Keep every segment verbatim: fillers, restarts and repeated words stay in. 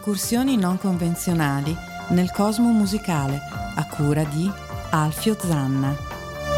Incursioni non convenzionali nel cosmo musicale, a cura di Alfio Zanna.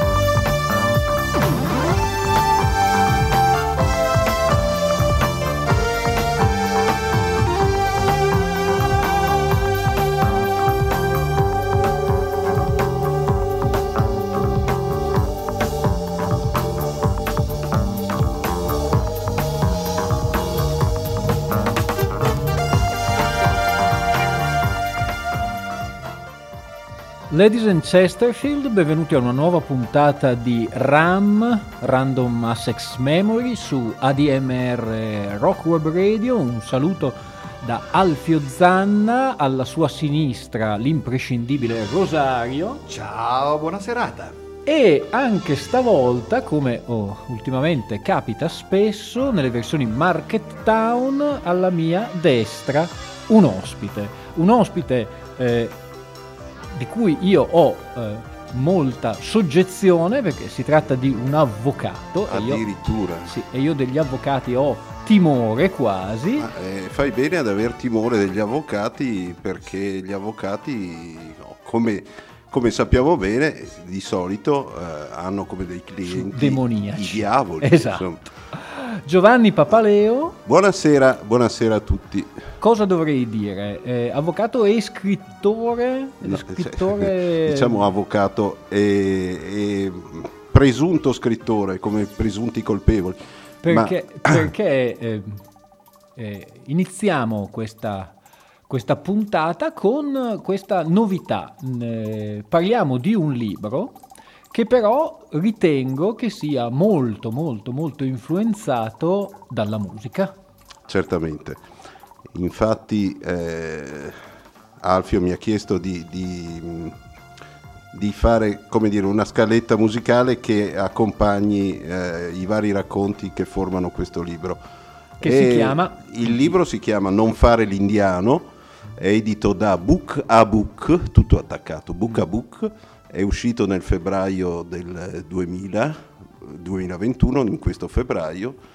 Ladies and Chesterfield, benvenuti a una nuova puntata di RAM, Random Access Memory, su A D M R Rock Web Radio. Un saluto da Alfio Zanna, alla sua sinistra l'imprescindibile Rosario. Ciao, buona serata. E anche stavolta, come oh, ultimamente capita spesso, nelle versioni Market Town, alla mia destra un ospite. Un ospite... Eh, di cui io ho eh, molta soggezione, perché si tratta di un avvocato. Addirittura. E io, sì, e io degli avvocati ho timore quasi. Ma, eh, fai bene ad aver timore degli avvocati, perché gli avvocati, no, come, come sappiamo bene, di solito eh, hanno come dei clienti demoniaci, i diavoli. Esatto. Insomma. Giovanni Papaleo. Buonasera, buonasera a tutti. Cosa dovrei dire? Eh, avvocato e scrittore? No, scrittore... Diciamo avvocato e, e presunto scrittore, come presunti colpevoli. Perché, Ma... perché eh, eh, iniziamo questa, questa puntata con questa novità. Eh, parliamo di un libro che però ritengo che sia molto molto molto influenzato dalla musica. Certamente. Infatti eh, Alfio mi ha chiesto di, di, di fare, come dire, una scaletta musicale che accompagni eh, i vari racconti che formano questo libro. Che e si chiama? Il libro si chiama Non fare l'indiano, è edito da Book a Book, tutto attaccato, Book a Book, è uscito nel febbraio del duemila, duemilaventuno, in questo febbraio,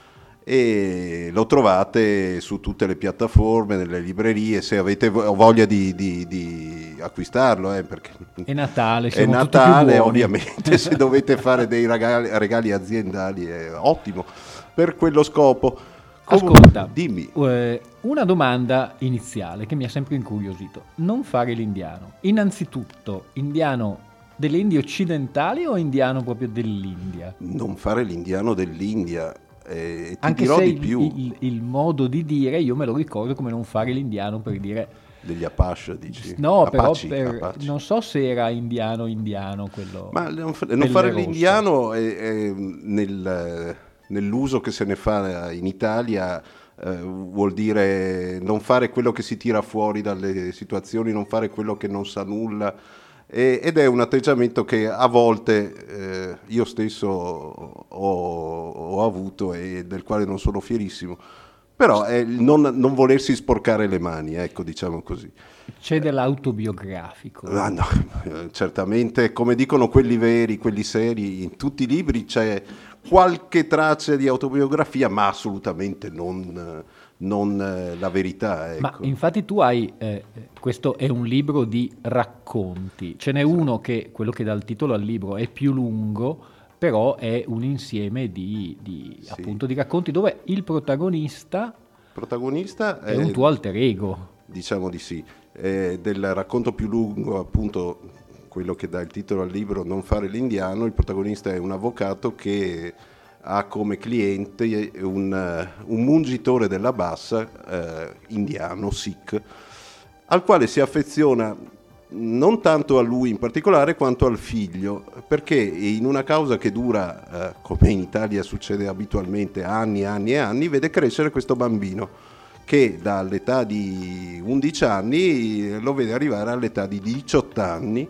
e lo trovate su tutte le piattaforme, nelle librerie, se avete voglia di, di, di acquistarlo, eh, perché è Natale, è Natale ovviamente. Se dovete fare dei regali, regali aziendali è ottimo per quello scopo. Comunque, ascolta, dimmi eh, una domanda iniziale che mi ha sempre incuriosito: non fare l'indiano, innanzitutto indiano delle Indie occidentali o indiano proprio dell'India? Non fare l'indiano dell'India. Eh, ti Anche dirò se di il, più. Il, il modo di dire io me lo ricordo come non fare l'indiano, per dire degli Apache, dici? No, Apache, però per, Apache. Non so se era indiano indiano quello. Ma non, non fare l'indiano è, è nel, nell'uso che se ne fa in Italia, eh, vuol dire non fare quello che si tira fuori dalle situazioni, non fare quello che non sa nulla. Ed è un atteggiamento che a volte eh, io stesso ho, ho avuto e del quale non sono fierissimo, però è non, non volersi sporcare le mani, ecco, diciamo così. C'è dell'autobiografico. Ah, no, certamente, come dicono quelli veri, quelli seri, in tutti i libri c'è qualche traccia di autobiografia, ma assolutamente non... non eh, la verità, ecco. Ma infatti tu hai eh, questo è un libro di racconti, ce n'è uno che, quello che dà il titolo al libro, è più lungo, però è un insieme di, di sì. appunto di racconti dove il protagonista, protagonista è, è un tuo alter ego. Diciamo di sì. È del racconto più lungo, appunto quello che dà il titolo al libro, Non fare l'indiano. Il protagonista è un avvocato che ha come cliente un, un mungitore della bassa eh, indiano, Sikh, al quale si affeziona non tanto a lui in particolare quanto al figlio, perché in una causa che dura, eh, come in Italia succede abitualmente, anni e anni e anni, vede crescere questo bambino che dall'età di undici anni lo vede arrivare all'età di diciotto anni.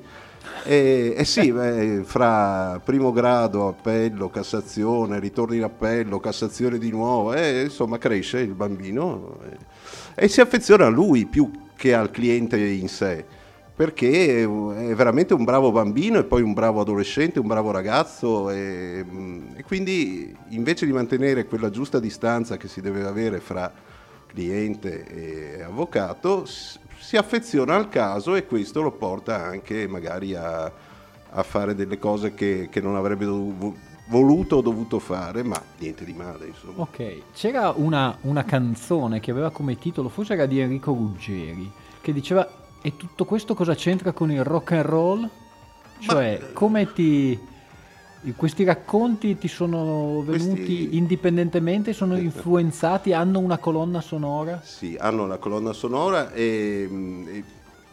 E, e sì, beh, fra primo grado, appello, Cassazione, ritorno in appello, Cassazione di nuovo, e insomma cresce il bambino e, e si affeziona a lui più che al cliente in sé, perché è veramente un bravo bambino e poi un bravo adolescente, un bravo ragazzo, e, e quindi invece di mantenere quella giusta distanza che si deve avere fra cliente e avvocato, si affeziona al caso e questo lo porta anche magari a, a fare delle cose che, che non avrebbe dovuto, voluto o dovuto fare, ma niente di male, insomma. Ok, c'era una, una canzone che aveva come titolo, forse era di Enrico Ruggeri, che diceva: e tutto questo cosa c'entra con il rock and roll? Cioè, ma, come ti... questi racconti ti sono venuti questi... indipendentemente, sono influenzati, hanno una colonna sonora? Sì, hanno una colonna sonora e, e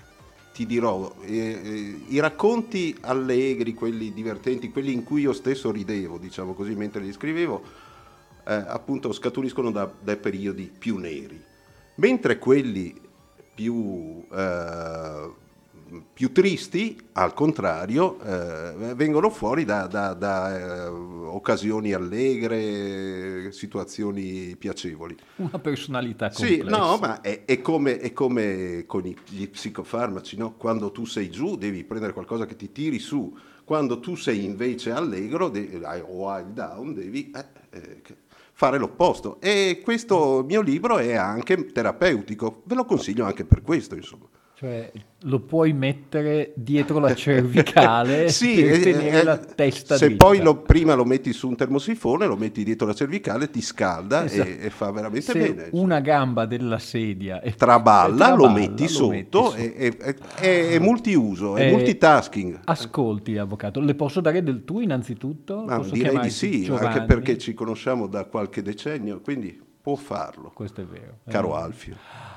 ti dirò, e, e, i racconti allegri, quelli divertenti, quelli in cui io stesso ridevo, diciamo così, mentre li scrivevo, eh, appunto scaturiscono da, dai periodi più neri, mentre quelli più... Eh, più tristi, al contrario, eh, vengono fuori da, da, da eh, occasioni allegre, situazioni piacevoli. Una personalità complessa. Sì, no, ma è, è, come, è come con i, gli psicofarmaci, no? Quando tu sei giù devi prendere qualcosa che ti tiri su, quando tu sei invece allegro devi, o hai down devi eh, eh, fare l'opposto. E questo mio libro è anche terapeutico, ve lo consiglio anche per questo, insomma. Cioè lo puoi mettere dietro la cervicale sì, per tenere eh, la testa se dritta. poi lo, prima lo metti su un termosifone, lo metti dietro la cervicale, ti scalda, esatto. e, e fa veramente se bene. Una gamba della sedia e traballa, traballa lo metti lo sotto, metti sotto. È, è, è, è multiuso, è eh, multitasking. Ascolti, avvocato, le posso dare del tu innanzitutto? Ma posso direi di sì, Giovanni? Anche perché ci conosciamo da qualche decennio, quindi può farlo. Questo è vero. Caro eh. Alfio.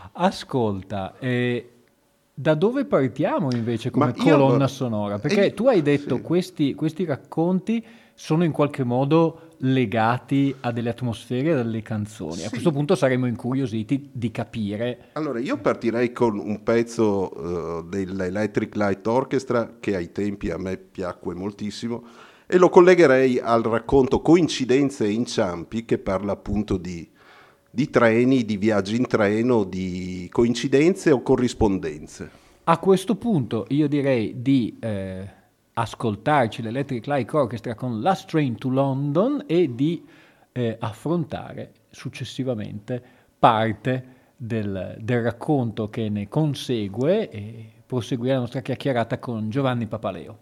Ascolta, eh, da dove partiamo invece come Ma io- colonna sonora? Perché eh, tu hai detto sì. questi, questi racconti sono in qualche modo legati a delle atmosfere, a delle canzoni. Sì. A questo punto saremo incuriositi di capire. Allora, io partirei con un pezzo uh, dell'Electric Light Orchestra che ai tempi a me piacque moltissimo e lo collegherei al racconto Coincidenze e inciampi, che parla appunto di, di treni, di viaggi in treno, di coincidenze o corrispondenze. A questo punto io direi di eh, ascoltarci l'Electric Light Orchestra con Last Train to London e di eh, affrontare successivamente parte del, del racconto che ne consegue e proseguire la nostra chiacchierata con Giovanni Papaleo.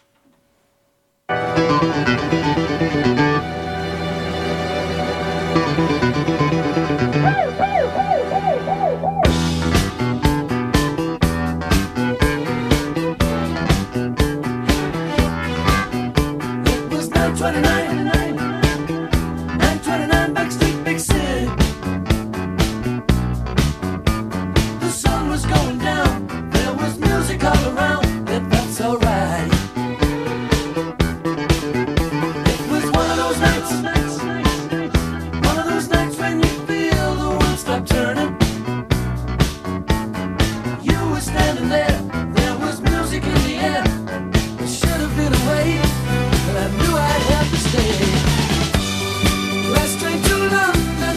It was nine twenty-nine, nine twenty-nine Backstreet Big City. The sun was going down, there was music all around, and that's alright. It was one of those nights, one of those nights when you feel the world stop turning. You were standing there, there was music in the air. It should have been away, but I knew I'd have to stay. Last train to London,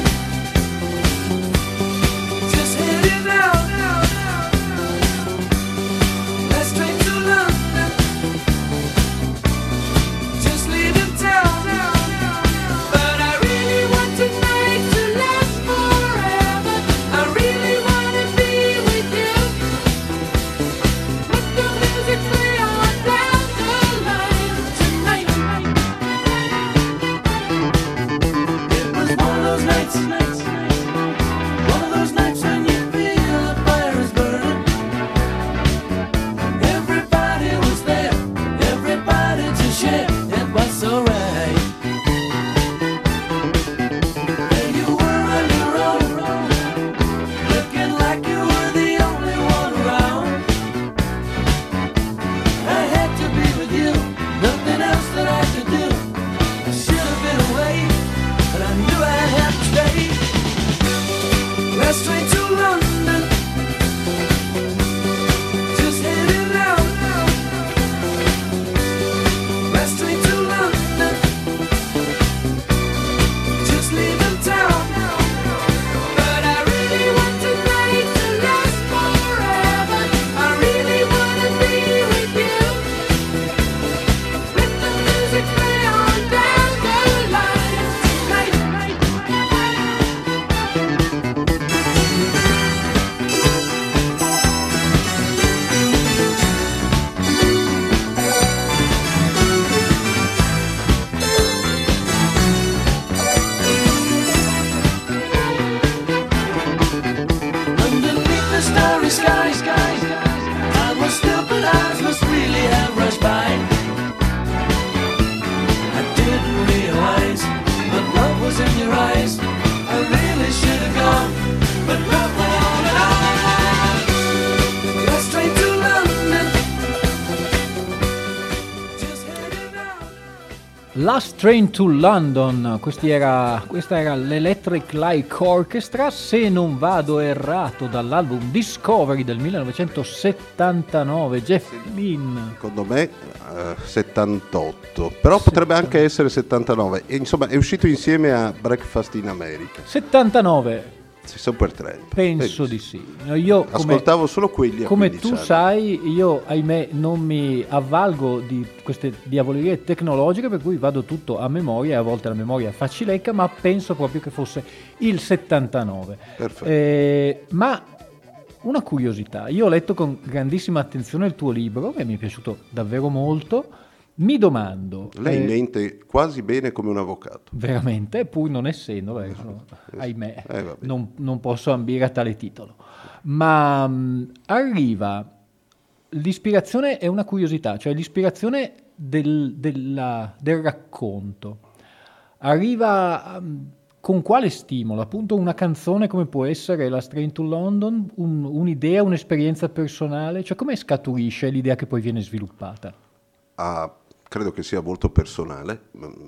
Last Train to London, questi era, questa era l'Electric Light Orchestra, se non vado errato, dall'album Discovery del millenovecentosettantanove. Jeff Lynne. Secondo me eh, settantotto, però potrebbe anche essere settantanove. E, insomma, è uscito insieme a Breakfast in America. settantanove. Super Tramp. Penso di sì. Io come, ascoltavo solo quelli a come quindici tu anni. sai, io ahimè non mi avvalgo di queste diavolerie tecnologiche, per cui vado tutto a memoria, e a volte la memoria è facilecca, ma penso proprio che fosse il settantanove. Perfetto. Eh, ma una curiosità, io ho letto con grandissima attenzione il tuo libro, che mi è piaciuto davvero molto. Mi domando... Lei eh, mente quasi bene come un avvocato. Veramente, pur non essendo, beh, sono, ahimè, Eh, vabbè. non, non posso ambire a tale titolo. Ma mh, arriva, l'ispirazione è una curiosità, cioè l'ispirazione del, della- del racconto. Arriva mh, con quale stimolo? Appunto una canzone come può essere Last Train to London, un- un'idea, un'esperienza personale? Cioè come scaturisce l'idea che poi viene sviluppata? Ah, credo che sia molto personale.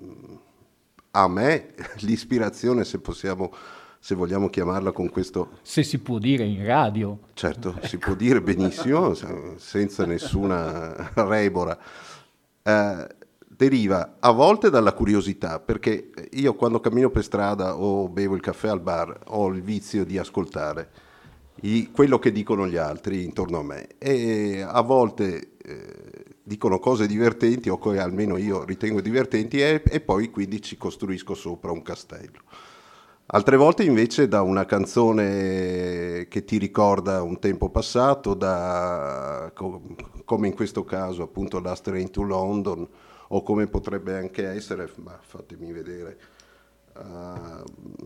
A me l'ispirazione, se possiamo, se vogliamo chiamarla con questo, Se si può dire in radio. certo, si può dire benissimo, senza nessuna rebora, eh, deriva a volte dalla curiosità, perché io quando cammino per strada o bevo il caffè al bar ho il vizio di ascoltare i- quello che dicono gli altri intorno a me, e a volte eh, dicono cose divertenti o che almeno io ritengo divertenti, e, e poi quindi ci costruisco sopra un castello. Altre volte invece da una canzone che ti ricorda un tempo passato, da, co- come in questo caso appunto Last Train to London, o come potrebbe anche essere, ma fatemi vedere, uh,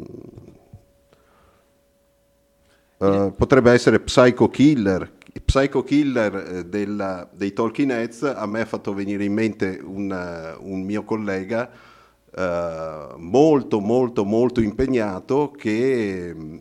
uh, potrebbe essere Psycho Killer. Psycho Killer eh, della- dei Talking Heads a me ha fatto venire in mente un, eh, un mio collega eh, molto molto molto impegnato che,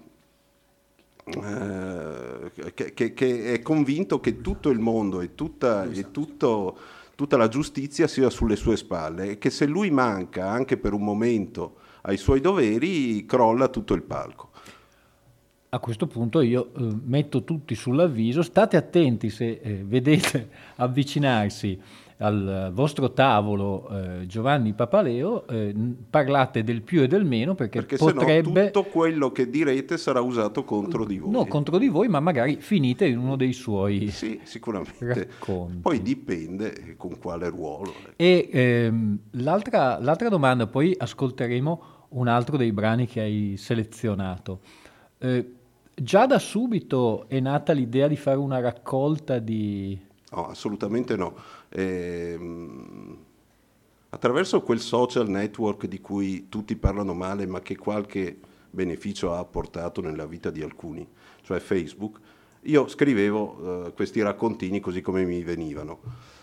eh, che, che- che è convinto che tutto il mondo e tutta, e tutto- tutta la giustizia sia sulle sue spalle, e che se lui manca anche per un momento ai suoi doveri crolla tutto il palco. A questo punto io eh, metto tutti sull'avviso, state attenti se eh, vedete avvicinarsi al vostro tavolo eh, Giovanni Papaleo, eh, n- parlate del più e del meno, perché, Perché potrebbe, se no tutto quello che direte sarà usato contro di voi. no contro di voi, ma magari finite in uno dei suoi Sì, sicuramente. racconti. Poi dipende con quale ruolo. E ehm, l'altra, l'altra domanda, poi ascolteremo un altro dei brani che hai selezionato. Eh, già da subito è nata l'idea di fare una raccolta di... No, assolutamente no. Ehm, attraverso quel social network di cui tutti parlano male, ma che qualche beneficio ha portato nella vita di alcuni, cioè Facebook, io scrivevo eh, questi raccontini così come mi venivano.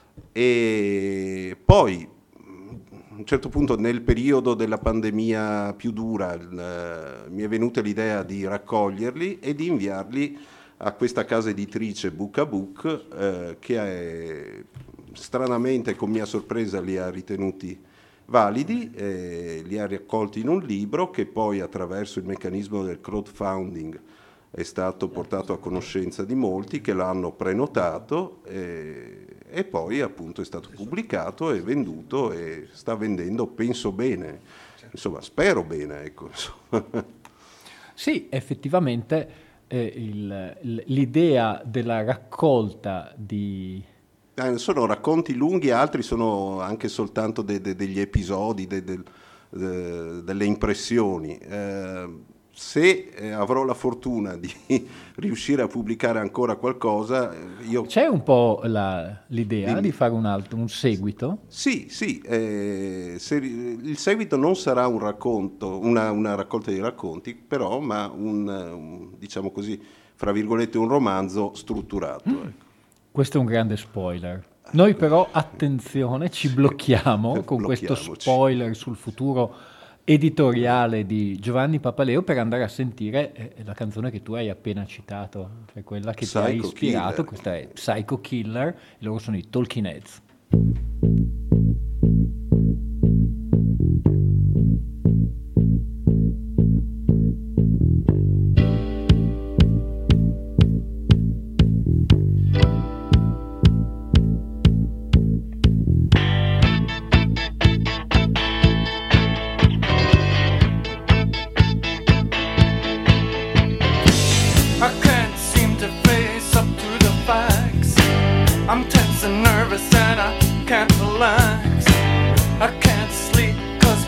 E poi, a un certo punto, nel periodo della pandemia più dura, il, eh, mi è venuta l'idea di raccoglierli e di inviarli a questa casa editrice Book a Book, eh, che è, stranamente, con mia sorpresa, li ha ritenuti validi, eh, li ha raccolti in un libro che poi, attraverso il meccanismo del crowdfunding, è stato portato a conoscenza di molti che l'hanno prenotato, eh, e poi appunto è stato pubblicato e venduto, e sta vendendo, penso bene, insomma spero bene, ecco. Sì, effettivamente eh, il- l- l'idea della raccolta di... Eh, sono racconti lunghi, altri sono anche soltanto de- de- degli episodi, de- del- de- delle impressioni. Eh, se eh, avrò la fortuna di riuscire a pubblicare ancora qualcosa, eh, io... C'è un po' la- l'idea Dimmi. di fare un altro, un seguito? Sì, sì, eh, se- il seguito non sarà un racconto, una, una raccolta di racconti, però, ma un, un, diciamo così, fra virgolette, un romanzo strutturato. Ecco. Questo è un grande spoiler. Noi però, attenzione, ci blocchiamo con questo Blocchiamoci. spoiler sul futuro editoriale di Giovanni Papaleo per andare a sentire eh, la canzone che tu hai appena citato, cioè quella che ti ha Psycho ispirato. Killer. Questa è Psycho Killer, e loro sono i Talking Heads.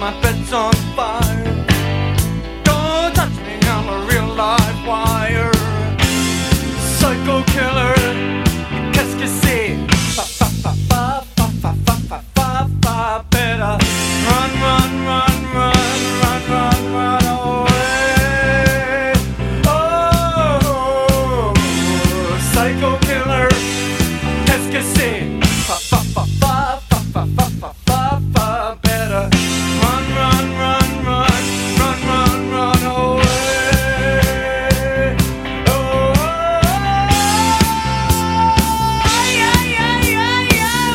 my bed's on fire. Don't touch me, I'm a real live wire. Psycho killer, qu'est-ce que c'est? Fa fa fa fa fa fa fa fa fa fa. Better run, run, run, run, run, run, run away. Oh, psycho killer, qu'est-ce que c'est? Fa fa fa fa fa fa fa fa fa fa. Better run, run, run, run, run, run, run away. Oh, yeah, yeah, yeah, yeah.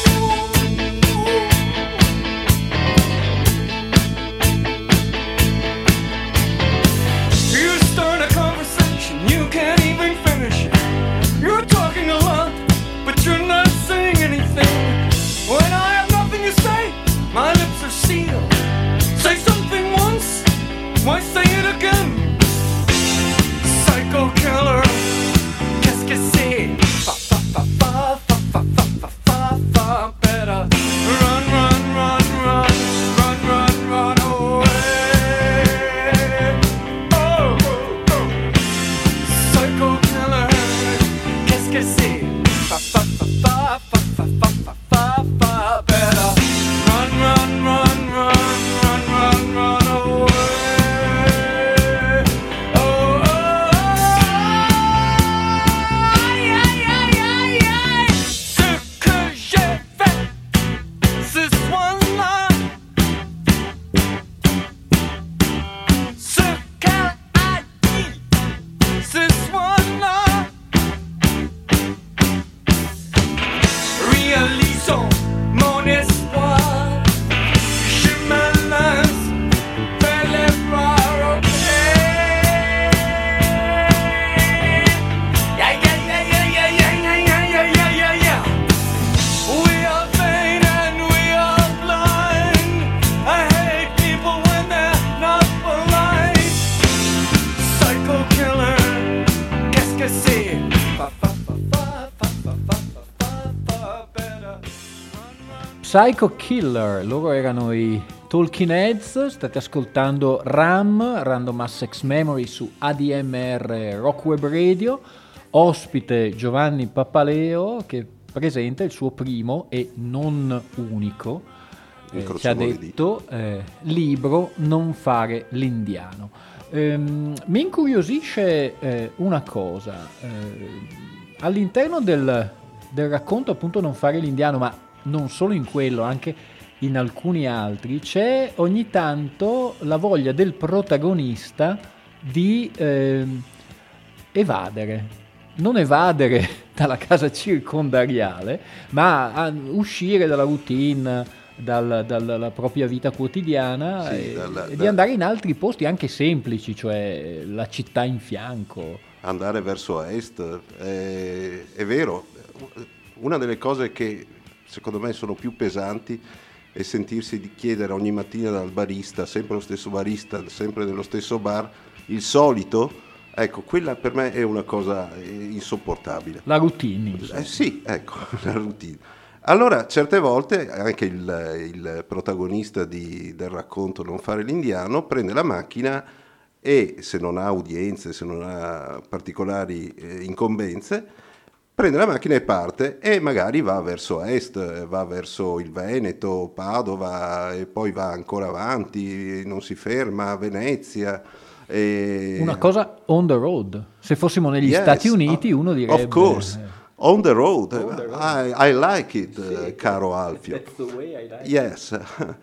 You start a conversation, you can't even finish it. You're talking a lot, but you're not saying anything. When I have nothing to say, my lips are sealed. Say something once, why say it again? Psycho killer, qu'est-ce que c'est? Fa fa fa fa fa fa fa fa fa fa. Better run, run, run, run, run, run, run away. Oh, oh, oh. Psycho killer, qu'est-ce que c'est? Fa fa fa fa fa fa fa fa fa fa. Better run, run, run, run, run, run, run away. Oh, oh, yeah, yeah, yeah, yeah. Ce que j'ai fait ce soir-là, ce qu'elle a dit ce soir-là, réalisons mon espoir. Je me lance vers les bras, ok. Yeah, yeah, yeah, yeah, yeah, yeah, yeah, yeah, yeah, yeah, yeah. We are vain and we are blind. I hate people when they're not polite. Psycho killer, qu'est-ce que c'est? Fa fa fa fa fa fa fa fa fa. Better run, run. Psycho Killer, loro erano i Talking Heads, state ascoltando RAM, Random Access Memory su A D M R Rock Web Radio, ospite Giovanni Papaleo che presenta il suo primo e non unico, eh, ci ha Incrociamo le detto, eh, libro Non fare l'indiano. Ehm, mi incuriosisce eh, una cosa, eh, all'interno del, del racconto appunto Non fare l'indiano, ma non solo in quello, anche in alcuni altri, c'è ogni tanto la voglia del protagonista di ehm, evadere, non evadere dalla casa circondariale, ma a uscire dalla routine, dal- dalla propria vita quotidiana Sì, e, dalla- e di da- andare in altri posti anche semplici, cioè la città in fianco. andare verso est, è, è vero, una delle cose che secondo me sono più pesanti è sentirsi di chiedere ogni mattina dal barista, sempre lo stesso barista, sempre nello stesso bar, il solito, ecco, quella per me è una cosa eh, insopportabile. La routine, insomma. Eh, sì, ecco, la routine. Allora, certe volte anche il, il protagonista di- del racconto Non fare l'indiano prende la macchina e, se non ha udienze, se non ha particolari eh, incombenze, prende la macchina e parte e magari va verso est, va verso il Veneto, Padova e poi va ancora avanti, non si ferma a Venezia. e- Una cosa on the road. Se fossimo negli Yes, Stati Uniti of- uno direbbe... Of course, on the road, On the road. I, I like it, eh, caro Alfio. That's the way I like it. Yes.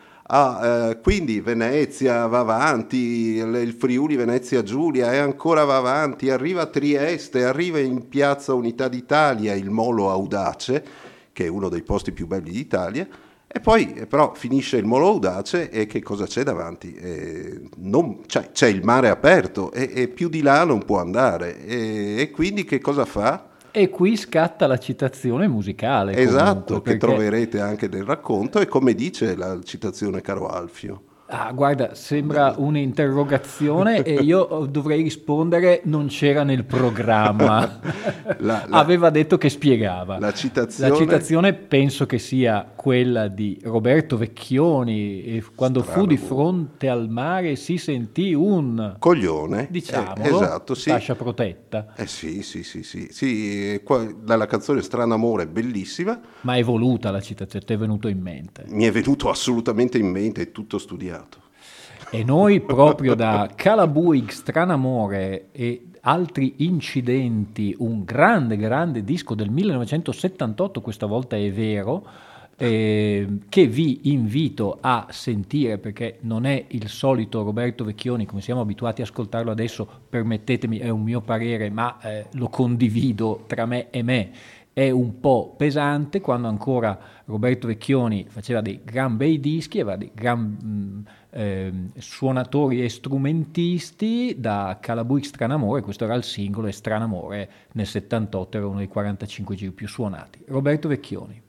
Ah, eh, quindi Venezia va avanti, il il Friuli Venezia Giulia e ancora va avanti, arriva a Trieste, arriva in Piazza Unità d'Italia, il Molo Audace, che è uno dei posti più belli d'Italia, e poi eh, però finisce il Molo Audace e che cosa c'è davanti? Eh, non- cioè, c'è il mare aperto e, e più di là non può andare e, e quindi che cosa fa? E qui scatta la citazione musicale. Esatto, comunque, che perché troverete anche nel racconto e come dice la citazione caro Alfio. Ah, guarda, sembra un'interrogazione e io dovrei rispondere non c'era nel programma. La, la, Aveva detto che spiegava. La citazione... la citazione penso che sia quella di Roberto Vecchioni, e quando Strano. fu di fronte al mare si sentì un... coglione. Diciamolo, eh, esatto, sì. fascia protetta. Eh sì, sì, sì, sì. sì qua, la canzone Strano Amore è bellissima. Ma è voluta la citazione, ti è venuto in mente? Mi è venuto assolutamente in mente, è tutto studiato. E noi proprio da Calabuig, Stranamore e altri incidenti, un grande grande disco del millenovecentosettantotto, questa volta è vero, eh, che vi invito a sentire perché non è il solito Roberto Vecchioni come siamo abituati a ascoltarlo adesso, permettetemi, è un mio parere, ma eh, lo condivido tra me e me. È un po' pesante, quando ancora Roberto Vecchioni faceva dei gran bei dischi, aveva dei gran mh, eh, suonatori e strumentisti. Da Calabuig Stranamore, questo era il singolo, e Stranamore nel settantotto era uno dei quarantacinque giri più suonati. Roberto Vecchioni.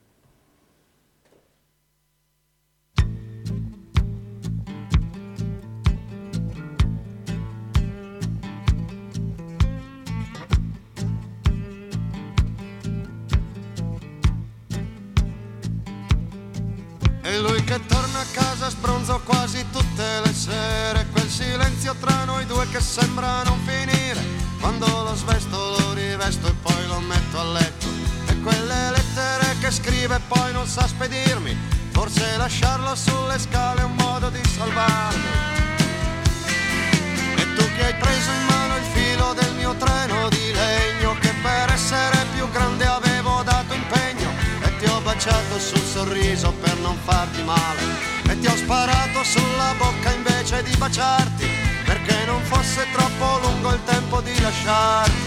E lui che torna a casa sbronzo quasi tutte le sere, quel silenzio tra noi due che sembra non finire, quando lo svesto lo rivesto e poi lo metto a letto, e quelle lettere che scrive e poi non sa spedirmi, forse lasciarlo sulle scale è un modo di salvarmi. E tu che hai preso in mano il filo del mio treno di legno, che per essere più grande avevo dato impegno, ti ho baciato sul sorriso per non farti male, e ti ho sparato sulla bocca invece di baciarti, perché non fosse troppo lungo il tempo di lasciarti.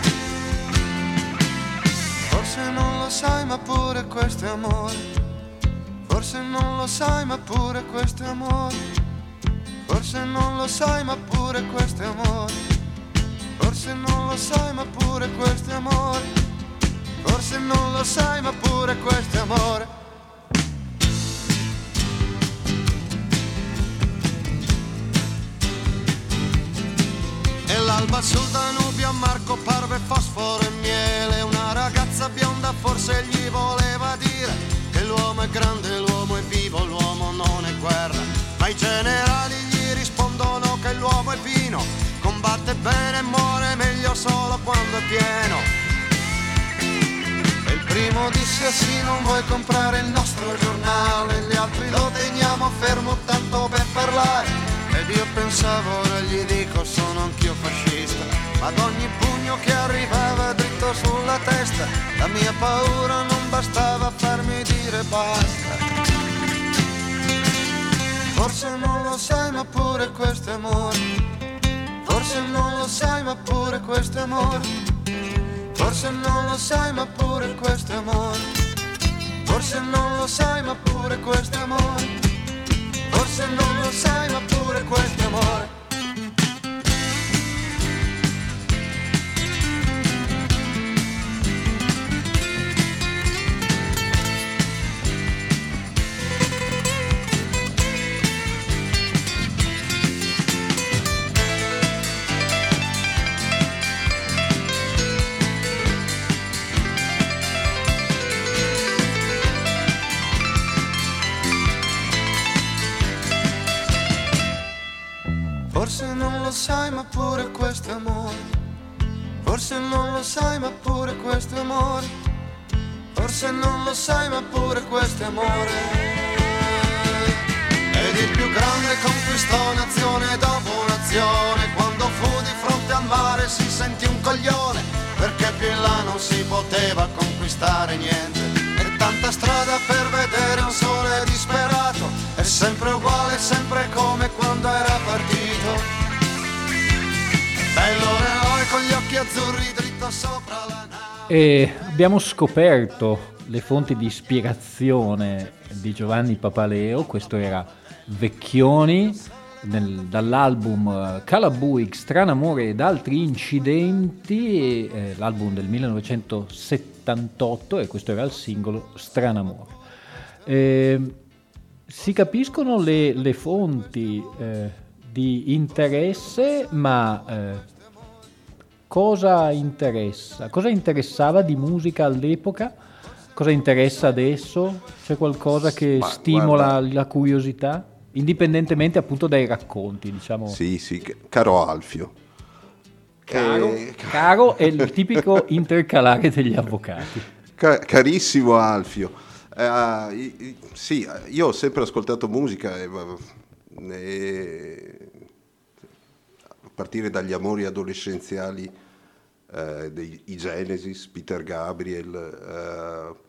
Forse non lo sai ma pure questo è amore, forse non lo sai ma pure questo è amore, forse non lo sai ma pure questo è amore, forse non lo sai ma pure questo è amore, forse non lo sai ma pure questo è amore. E l'alba sul Danubio a Marco parve fosforo e miele, una ragazza bionda forse gli voleva dire che l'uomo è grande, l'uomo è vivo, l'uomo non è guerra, ma i generali gli rispondono che l'uomo è vino, combatte bene e muore meglio solo quando è pieno. Il primo disse ah sì, non vuoi comprare il nostro giornale, gli altri lo teniamo fermo tanto per parlare, ed io pensavo ora gli dico sono anch'io fascista, ma ad ogni pugno che arrivava dritto sulla testa la mia paura non bastava a farmi dire basta. Forse non lo sai ma pure questo è amore, forse non lo sai ma pure questo è amore, forse non lo sai ma pure questo è amore, forse non lo sai ma pure questo è amore, forse non lo sai ma pure questo è amore. Forse non lo sai ma pure questo è amore, forse non lo sai ma pure questo è amore, forse non lo sai ma pure questo è amore. Ed il più grande conquistò nazione dopo nazione, quando fu di fronte al mare si sentì un coglione, perché più in là non si poteva conquistare niente, e tanta strada per vedere un sole disperato, è sempre uguale, sempre come quando era partito. Bello eroe con gli occhi azzurri dritto sopra la nave. E abbiamo scoperto le fonti di ispirazione di Giovanni Papaleo. Questo era Vecchioni nel, dall'album Calabuig, Stranamore ed altri incidenti, eh, l'album del millenovecentosettantotto, e questo era il singolo Stranamore. Eh, si capiscono le, le fonti eh, di interesse, ma eh, cosa interessa? Cosa interessava di musica all'epoca? Cosa interessa adesso? C'è qualcosa che Ma stimola guarda, la curiosità? Indipendentemente appunto dai racconti, diciamo. sì, sì, caro Alfio. Caro, Eh, caro è il tipico intercalare degli avvocati. ca- carissimo Alfio, eh, i- i- sì, io ho sempre ascoltato musica, e, e, a partire dagli amori adolescenziali eh, dei i Genesis, Peter Gabriel, eh,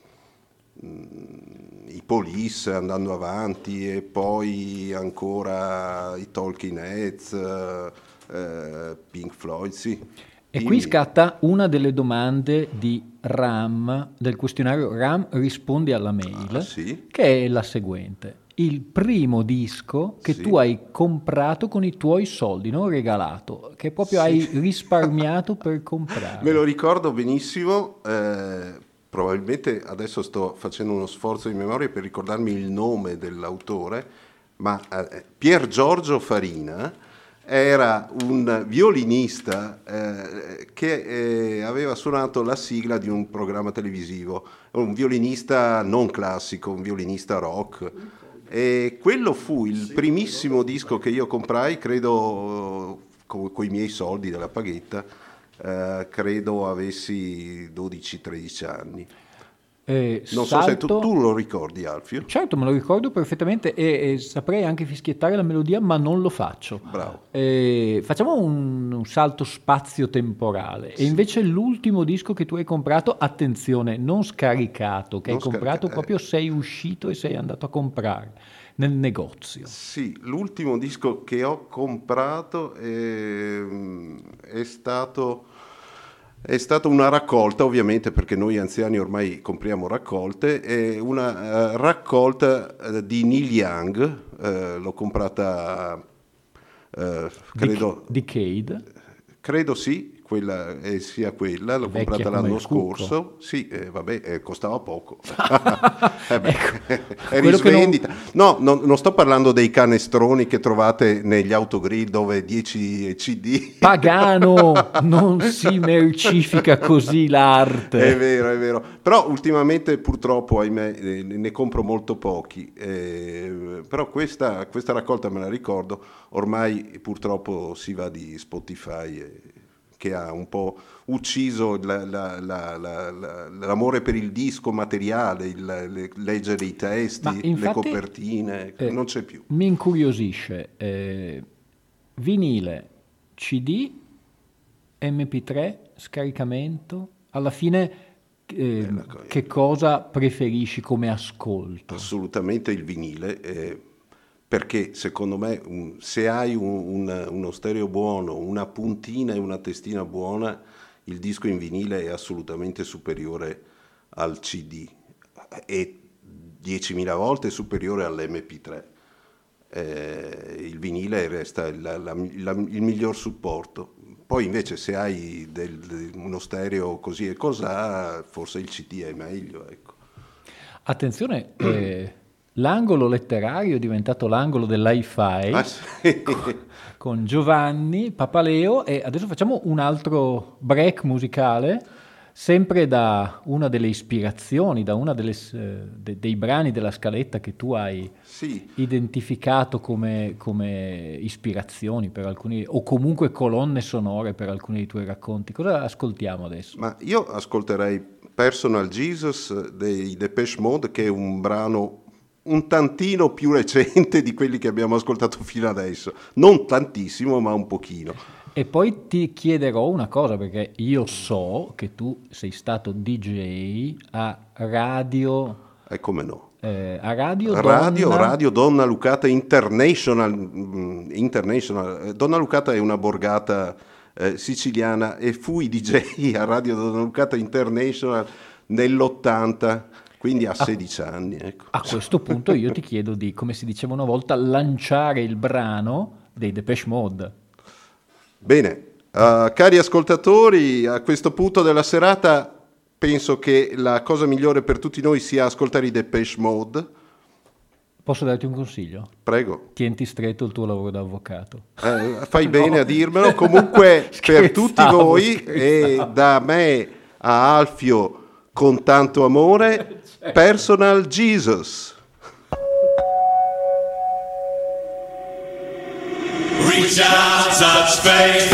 i Police andando avanti, e poi ancora i Talking Heads, eh, eh, Pink Floyd, sì. E Dimmi. qui scatta una delle domande di RAM, del questionario RAM rispondi alla mail, Ah, sì? che è la seguente. Il primo disco che Sì. tu hai comprato con i tuoi soldi, non regalato, che proprio Sì. hai risparmiato per comprare. Me lo ricordo benissimo, eh, probabilmente adesso sto facendo uno sforzo di memoria per ricordarmi il nome dell'autore, ma eh, Pier Giorgio Farina era un violinista eh, che eh, aveva suonato la sigla di un programma televisivo, un violinista non classico, un violinista rock. E quello fu il primissimo disco che io comprai, credo con i miei soldi della paghetta, eh, credo avessi dodici tredici anni. Eh, Non so se tu, salto- tu lo ricordi, Alfio. Certo, me lo ricordo perfettamente e, e saprei anche fischiettare la melodia, ma non lo faccio. Bravo. Eh, facciamo un, un salto spazio-temporale. E invece l'ultimo disco che tu hai comprato, attenzione, non scaricato, che Non hai comprato scarica- eh. proprio sei uscito e sei andato a comprare nel negozio. Sì, l'ultimo disco che ho comprato ehm, è stato, è stata una raccolta, ovviamente perché noi anziani ormai compriamo raccolte, è una eh, raccolta eh, di Neil Young, eh, l'ho comprata, eh, credo, Decade. credo sì, quella, eh, sia quella, l'ho Vecchia comprata come l'anno il cucco. scorso, sì, eh, vabbè, eh, costava poco. Eh beh, Ecco, è quello che non- risvendita. No, non, non sto parlando dei canestroni che trovate negli autogrill dove dieci C D. Pagano, non si mercifica così l'arte. È vero, è vero. Però ultimamente purtroppo, ahimè, eh, ne compro molto pochi. Eh, però questa, questa raccolta me la ricordo. Ormai purtroppo si va di Spotify, e- che ha un po' ucciso la- la- la- la- la- l'amore per il disco materiale, il, le- leggere i testi, Ma le infatti, copertine, eh, non c'è più. Mi incuriosisce eh, vinile, C D, M P tre, scaricamento. Alla fine, eh, Bella cosa. che cosa preferisci come ascolto? Assolutamente il vinile, eh, perché secondo me un- se hai un- un- uno stereo buono, una puntina e una testina buona, il disco in vinile è assolutamente superiore al C D e diecimila volte superiore all'M P tre. Eh, il vinile resta la- la- la- il miglior supporto. Poi invece se hai del- del- uno stereo così e cos'ha, forse il C D è meglio, ecco. Attenzione, eh, l'angolo letterario è diventato l'angolo dell'hi-fi Ah, sì. con Giovanni Papaleo e adesso facciamo un altro break musicale, sempre da una delle ispirazioni, da una delle, eh, de- dei brani della scaletta che tu hai Sì, identificato come, come ispirazioni per alcuni, o comunque colonne sonore per alcuni dei tuoi racconti. Cosa ascoltiamo adesso? ma io ascolterei Personal Jesus dei Depeche Mode, che è un brano un tantino più recente di quelli che abbiamo ascoltato fino adesso. Non tantissimo, ma un pochino. E poi ti chiederò una cosa, perché io so che tu sei stato D J a radio, E come no? eh, a radio, Radio, Donna- Radio Donna Lucata International. mm, International. Eh, Donna Lucata è una borgata eh, siciliana e fui D J a Radio Donna Lucata International nell'ottanta, quindi a sedici anni. Ecco. A questo punto io ti chiedo di, come si diceva una volta, lanciare il brano dei Depeche Mode. Bene, uh, cari ascoltatori, a questo punto della serata penso che la cosa migliore per tutti noi sia ascoltare i Depeche Mode. Posso darti un consiglio? Prego. Tienti stretto il tuo lavoro da avvocato. Eh, fai bene no. a dirmelo. Comunque per tutti voi scherzavo. E da me a Alfio con tanto amore, Personal Jesus. Reach out, touch faith.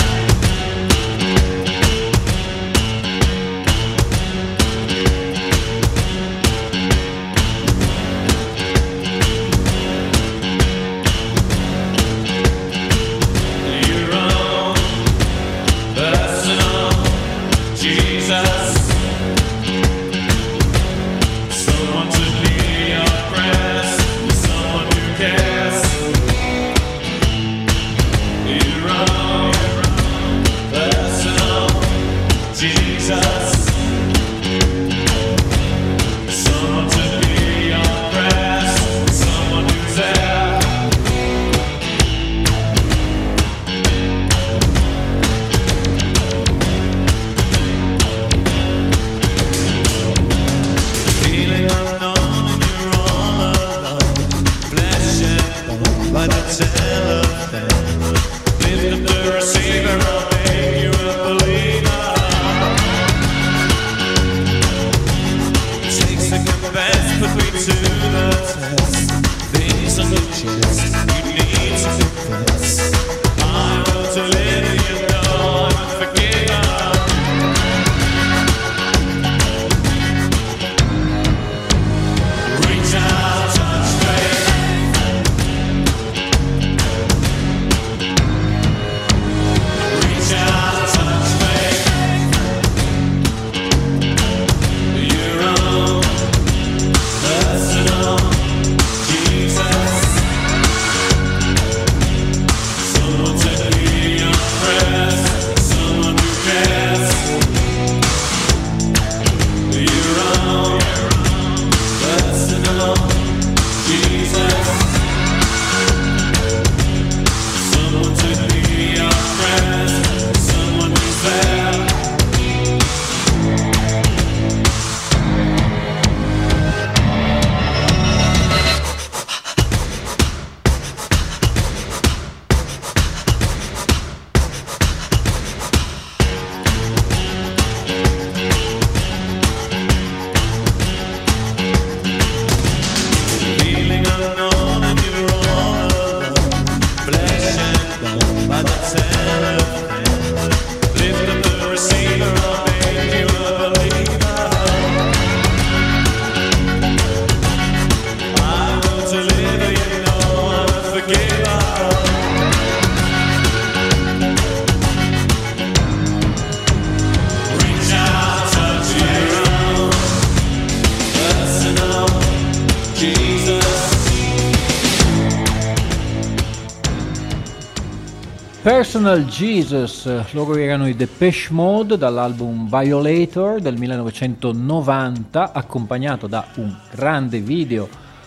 Personal Jesus, loro erano i Depeche Mode dall'album Violator del millenovecentonovanta, accompagnato da un grande video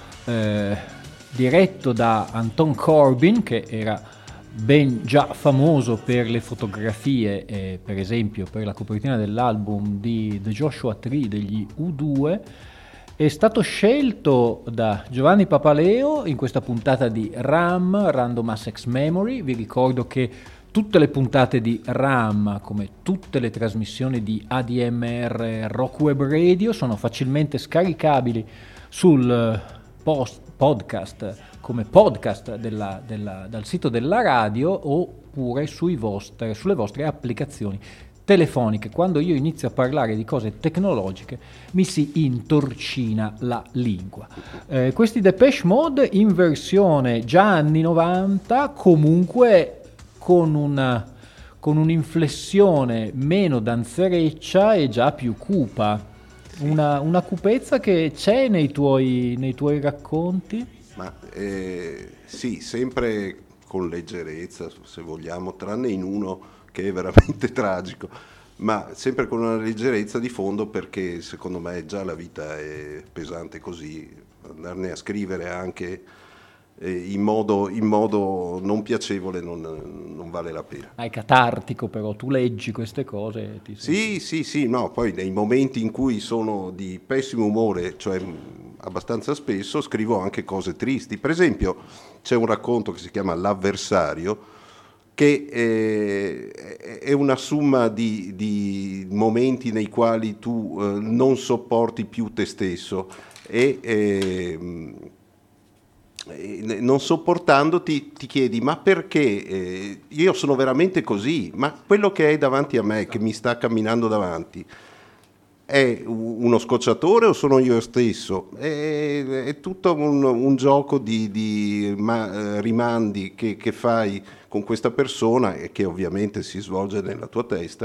eh, diretto da Anton Corbijn, che era ben già famoso per le fotografie, eh, per esempio per la copertina dell'album di The Joshua Tree degli U due. È stato scelto da Giovanni Papaleo in questa puntata di RAM, Random Access Memory. Vi ricordo che tutte le puntate di RAM, come tutte le trasmissioni di A D M R Rock Web Radio, sono facilmente scaricabili sul post podcast, come podcast della, della, dal sito della radio, oppure sui vostre, sulle vostre applicazioni telefoniche. Quando io inizio a parlare di cose tecnologiche mi si intorcina la lingua. Eh, questi Depeche Mode in versione già anni novanta, comunque con una con un'inflessione meno danzereccia e già più cupa, una, una cupezza che c'è nei tuoi, nei tuoi racconti? Ma eh, sì, sempre con leggerezza, se vogliamo, tranne in uno che è veramente tragico, ma sempre con una leggerezza di fondo, perché secondo me già la vita è pesante così, andarne a scrivere anche eh, in, modo, in modo non piacevole non, non vale la pena. È catartico, però tu leggi queste cose e ti sì, sì, sì, no, poi nei momenti in cui sono di pessimo umore, cioè abbastanza spesso, scrivo anche cose tristi. Per esempio c'è un racconto che si chiama L'avversario, che eh, è una somma di, di momenti nei quali tu eh, non sopporti più te stesso e eh, non sopportandoti ti chiedi ma perché eh, io sono veramente così, ma quello che è davanti a me, che mi sta camminando davanti, è uno scocciatore o sono io stesso? È, è tutto un, un gioco di, di ma, rimandi che, che fai con questa persona e che ovviamente si svolge nella tua testa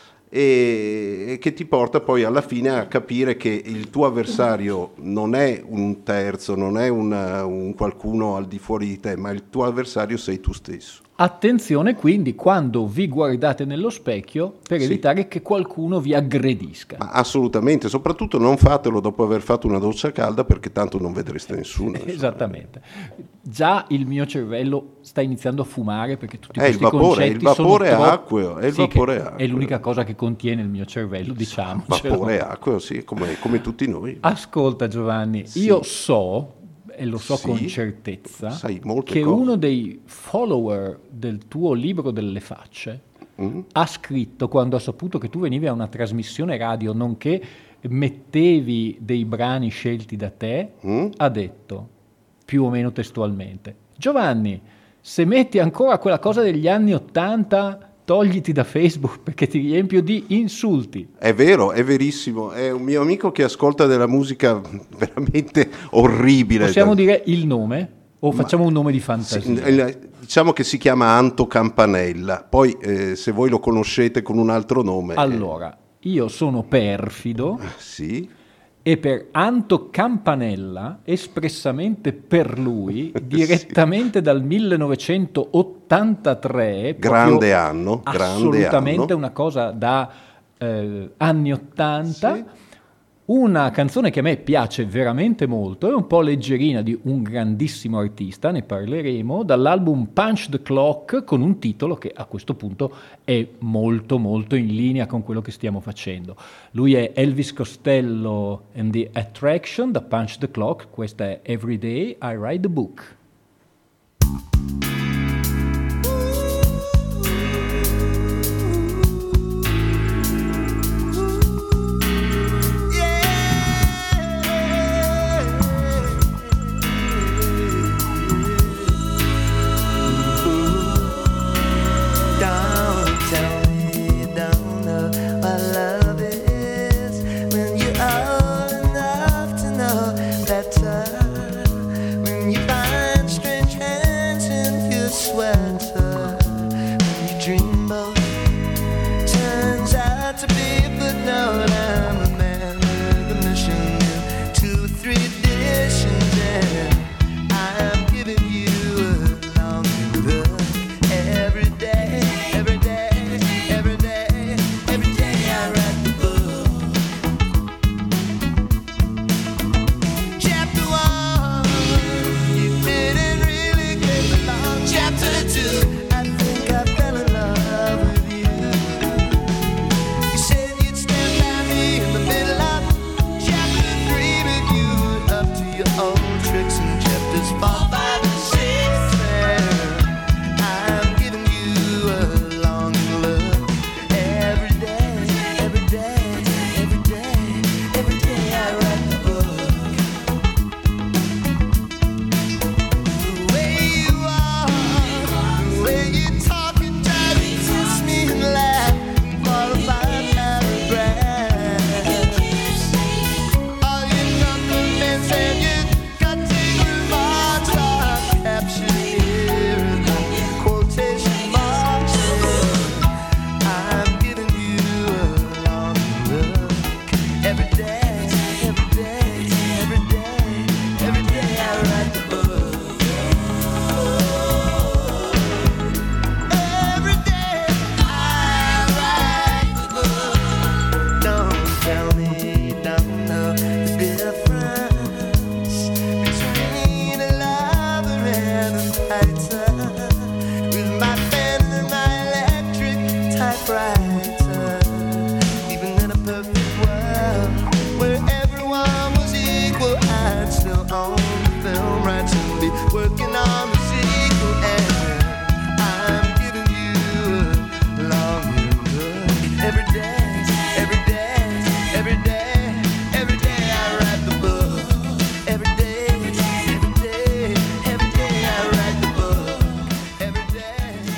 e, e che ti porta poi alla fine a capire che il tuo avversario non è un terzo, non è una, un qualcuno al di fuori di te, ma il tuo avversario sei tu stesso. Attenzione quindi quando vi guardate nello specchio per Sì. evitare che qualcuno vi aggredisca. Ma assolutamente, soprattutto non fatelo dopo aver fatto una doccia calda perché tanto non vedreste nessuno. Esattamente. Già il mio cervello sta iniziando a fumare perché tutti È il questi vapore, concetti è il vapore sono troppo- acqueo, è il Sì, vapore che acqueo. è l'unica cosa che contiene il mio cervello, diciamo. Vapore acqueo, sì, come, come tutti noi. Ascolta Giovanni, Sì. io so, e lo so Sì, con certezza, sai molte che cose. uno dei follower del tuo libro delle facce Mm? ha scritto, quando ha saputo che tu venivi a una trasmissione radio, nonché mettevi dei brani scelti da te, Mm? ha detto, più o meno testualmente, Giovanni, se metti ancora quella cosa degli anni Ottanta, togliti da Facebook perché ti riempio di insulti. È vero, è verissimo, è un mio amico che ascolta della musica veramente orribile. Possiamo dire il nome? O facciamo un nome di fantasia? Sì, il- diciamo che si chiama Anto Campanella, poi eh, se voi lo conoscete con un altro nome. Allora, io sono perfido eh, sì, e per Anto Campanella, espressamente per lui, direttamente dal millenovecentottantatré, grande proprio anno, grande assolutamente anno. una cosa da eh, anni ottanta, Sì. una canzone che a me piace veramente molto, è un po' leggerina, di un grandissimo artista, ne parleremo, dall'album Punch the Clock, con un titolo che a questo punto è molto molto in linea con quello che stiamo facendo. Lui è Elvis Costello and the Attraction, da Punch the Clock, questa è Every Day I Write the Book. Don't tell me you don't know what love is when you're old enough to know better. When you find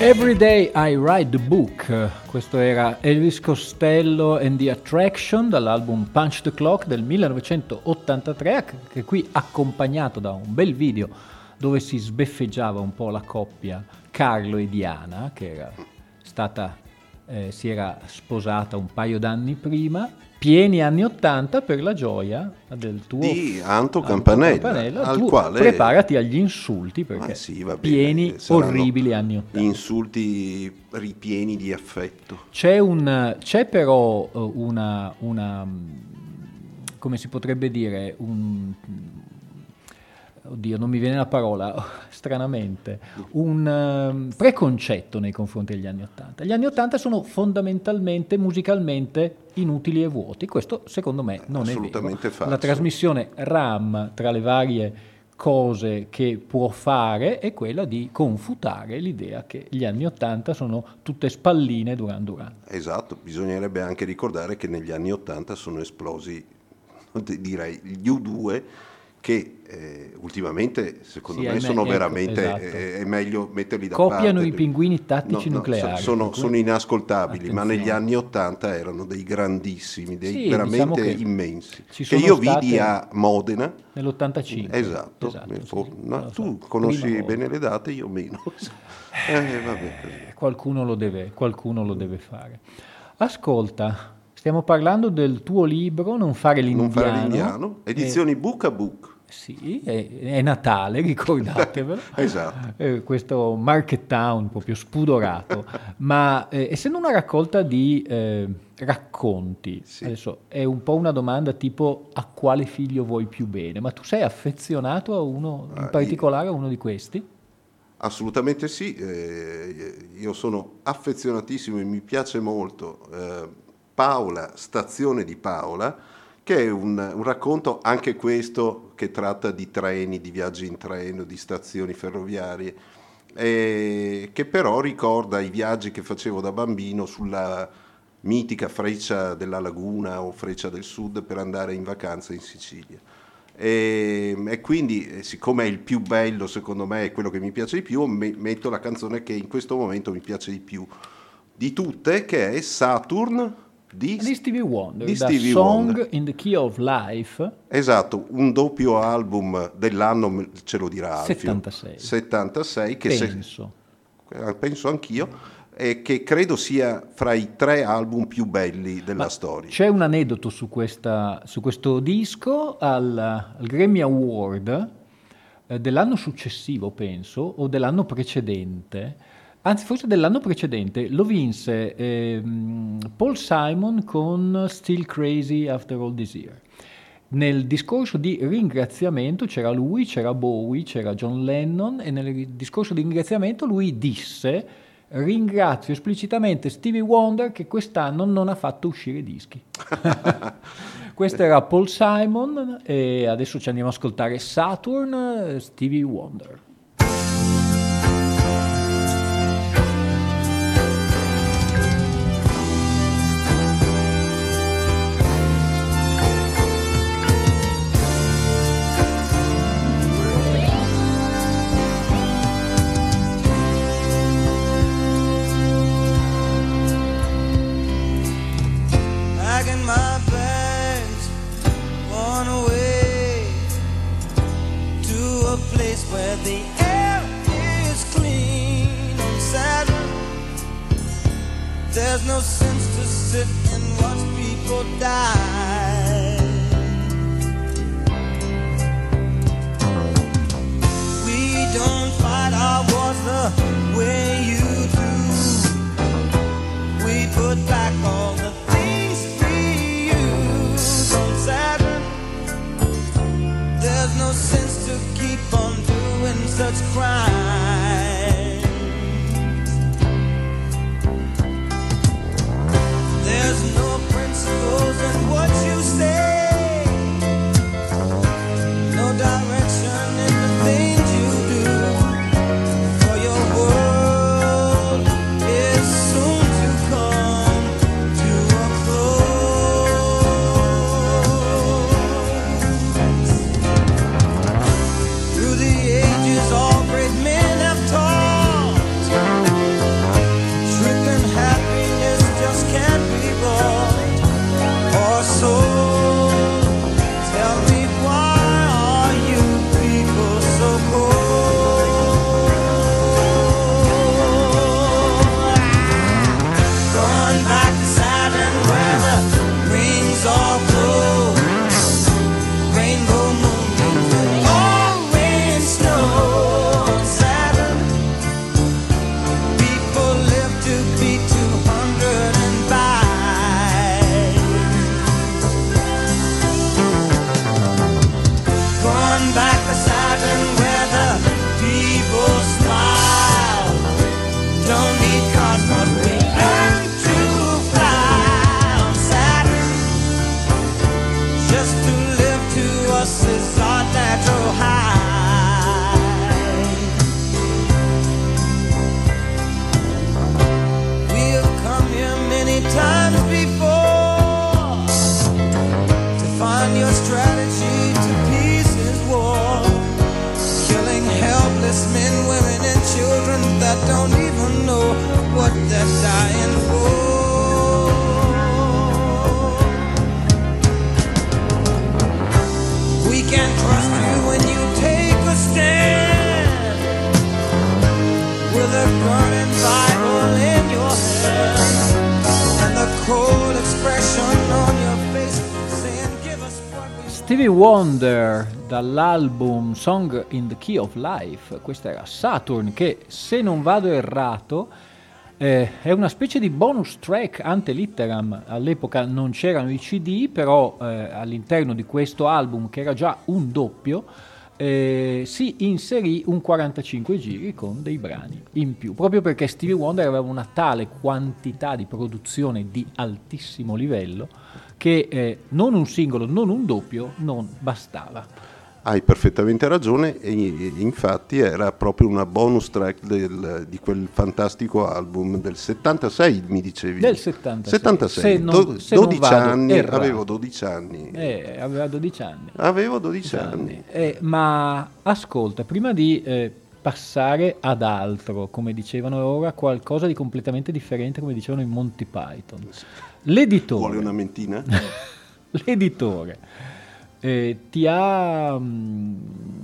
Every Day I Write the Book, questo era Elvis Costello and the Attraction dall'album Punch the Clock del millenovecentottantatré, che qui accompagnato da un bel video dove si sbeffeggiava un po' la coppia Carlo e Diana, che era stata, eh, si era sposata un paio d'anni prima, pieni anni ottanta per la gioia del tuo di Anto Campanella, Campanella. al Tu quale preparati agli insulti, perché ah, sì, va bene, pieni saranno orribili anni ottanta, insulti ripieni di affetto. c'è un c'è però uh, una una come si potrebbe dire un oddio non mi viene la parola stranamente un uh, preconcetto nei confronti degli anni ottanta. Gli anni ottanta sono fondamentalmente musicalmente inutili e vuoti. Questo secondo me non Assolutamente è vero. falso. La trasmissione RAM, tra le varie cose che può fare, è quella di confutare l'idea che gli anni ottanta sono tutte spalline Duran Duran. Esatto, bisognerebbe anche ricordare che negli anni ottanta sono esplosi, direi, gli U due, che eh, ultimamente secondo Sì, me è me- sono ecco, veramente esatto. eh, è meglio metterli da Copiano parte. i pinguini tattici No, no, nucleari. so- sono, per cui- sono inascoltabili, ma Attenzione. negli anni ottanta erano dei grandissimi, dei Sì, veramente diciamo che immensi, ci che sono io state vidi a Modena. Nell'ottantacinque. Esatto, Esatto, eh, sì, for- sì, ma lo so. tu conosci Prima volta. bene le date, io meno. eh, vabbè, così. Qualcuno lo deve, qualcuno lo deve fare. Ascolta, stiamo parlando del tuo libro Non fare l'indiano. Non fare l'indiano, edizioni book a book. Sì, è, è Natale, ricordatevelo. Esatto. Eh, questo Market Town proprio spudorato, ma eh, essendo una raccolta di eh, racconti, Sì. adesso è un po' una domanda tipo a quale figlio vuoi più bene, ma tu sei affezionato a uno, in Ah, particolare a uno di questi? Assolutamente sì, eh, io sono affezionatissimo e mi piace molto eh, Paola, Stazione di Paola, che è un, un racconto, anche questo, che tratta di treni, di viaggi in treno, di stazioni ferroviarie, eh, che però ricorda i viaggi che facevo da bambino sulla mitica Freccia della Laguna o Freccia del Sud per andare in vacanza in Sicilia. E, e quindi, eh, siccome è il più bello, secondo me, è quello che mi piace di più, me- metto la canzone che in questo momento mi piace di più di tutte, che è Saturn di, Di Stevie Wonder, di da Stevie Song Wonder. in the Key of Life. Esatto, un doppio album dell'anno, ce lo dirà Alfio. settantasei. settantasei, che se- Penso. eh, penso anch'io, e che credo sia fra i tre album più belli della Ma storia. C'è un aneddoto su, questa, su questo disco al, al Grammy Award eh, dell'anno successivo, penso, o dell'anno precedente, anzi forse dell'anno precedente, lo vinse ehm, Paul Simon con Still Crazy After All This Year. Nel discorso di ringraziamento c'era lui, c'era Bowie, c'era John Lennon, e nel discorso di ringraziamento lui disse: ringrazio esplicitamente Stevie Wonder che quest'anno non ha fatto uscire dischi. Questo era Paul Simon e adesso ci andiamo ad ascoltare Saturn, Stevie Wonder. Packing my bags, on away to a place where the air is clean on Saturn. There's no sense to sit and watch people die. We don't fight our wars the way you do. We put back all the things we use on Saturn. There's no sense to keep on doing such crimes. There's no principles in what you say, no direction in the things you do, for your world is soon to come to a close. Through the ages all great men times before. To find your strategy to peace is war. Killing helpless men, women, and children that don't even know what they're dying for. We can trust you when you take a stand, with a burning Bible in your hand, and the cold expression on your face saying, give us what we want. Stevie Wonder dall'album Song in the Key of Life. Questa era Saturn, che se non vado errato eh, è una specie di bonus track ante litteram. All'epoca non c'erano i C D, però eh, all'interno di questo album, che era già un doppio, eh, si inserì un quarantacinque giri con dei brani in più, proprio perché Stevie Wonder aveva una tale quantità di produzione di altissimo livello che eh, non un singolo, non un doppio non bastava. Hai perfettamente ragione, e infatti era proprio una bonus track del, di quel fantastico album del settantasei, mi dicevi? Del settantasei. settantasei. Se non, Do, se non dodici vado anni, errato. avevo dodici anni. Eh, aveva dodici anni. Avevo dodici anni. Eh, ma ascolta, prima di eh, passare ad altro, come dicevano ora, qualcosa di completamente differente, come dicevano in Monty Python. L'editore. Vuole una mentina? L'editore. Eh, ti ha mh,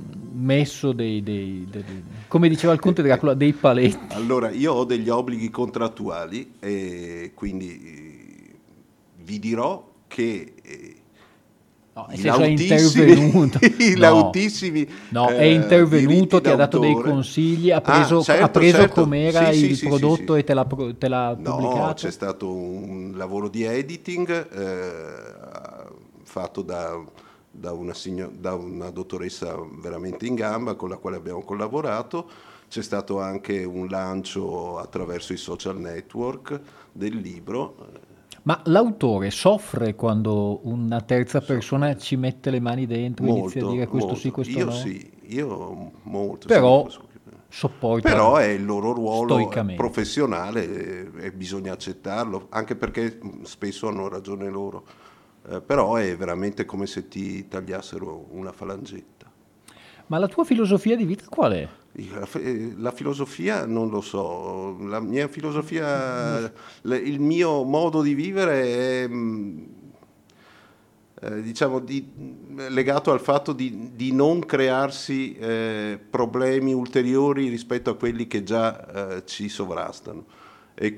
messo dei, dei, dei, dei, come diceva il conte Dracula, dei paletti. Allora, io ho degli obblighi contrattuali e quindi eh, vi dirò che eh, no, i senso, è lautissimi, intervenuto. i No. lautissimi No, è eh, intervenuto, ti ha dato dei d'autore. consigli, ha preso, Ah, certo, ha preso certo. com'era Sì, il sì, sì, prodotto sì, sì. e te l'ha, pro- te l'ha No, pubblicato? c'è stato un lavoro di editing eh, fatto da, da, una signo- da una dottoressa veramente in gamba con la quale abbiamo collaborato. C'è stato anche un lancio attraverso i social network del libro. Ma l'autore soffre quando una terza persona ci mette le mani dentro e inizia a dire questo molto. sì, questo io no? Sì, io molto. Però sì, sopporta Però è il loro ruolo stoicamente. professionale e, e bisogna accettarlo, anche perché spesso hanno ragione loro. Eh, però è veramente come se ti tagliassero una falangetta. Ma la tua filosofia di vita qual è? La, la filosofia non lo so, la mia filosofia, l- il mio modo di vivere è mh, eh, diciamo di, legato al fatto di, di non crearsi eh, problemi ulteriori rispetto a quelli che già eh, ci sovrastano. E